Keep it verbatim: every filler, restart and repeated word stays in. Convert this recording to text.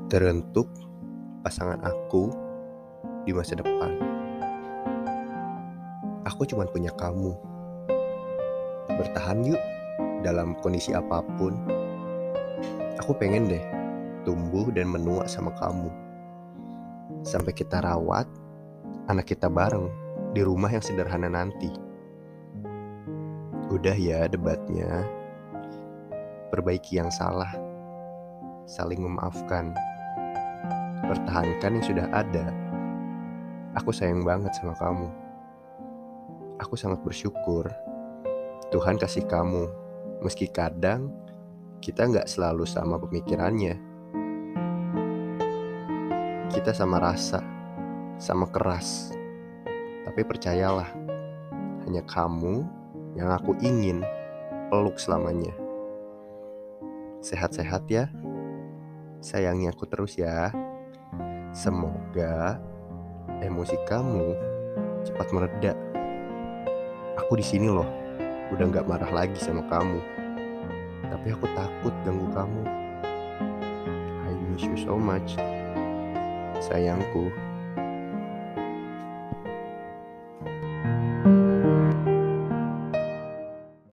Teruntuk pasangan aku di masa depan. Aku cuma punya kamu. Bertahan yuk dalam kondisi apapun. Aku pengen deh tumbuh dan menua sama kamu. Sampai kita rawat anak kita bareng di rumah yang sederhana nanti. Udah ya debatnya. Perbaiki yang salah. Saling memaafkan. Pertahankan yang sudah ada. Aku sayang banget sama kamu. Aku sangat bersyukur Tuhan kasih kamu. Meski kadang kita gak selalu sama pemikirannya. Kita sama rasa, sama keras. Tapi percayalah, hanya kamu yang aku ingin peluk selamanya. Sehat-sehat ya. Sayangi aku terus ya. Semoga emosi kamu cepat mereda. Aku di sini loh, udah gak marah lagi sama kamu. Tapi aku takut ganggu kamu. I miss you so much, sayangku.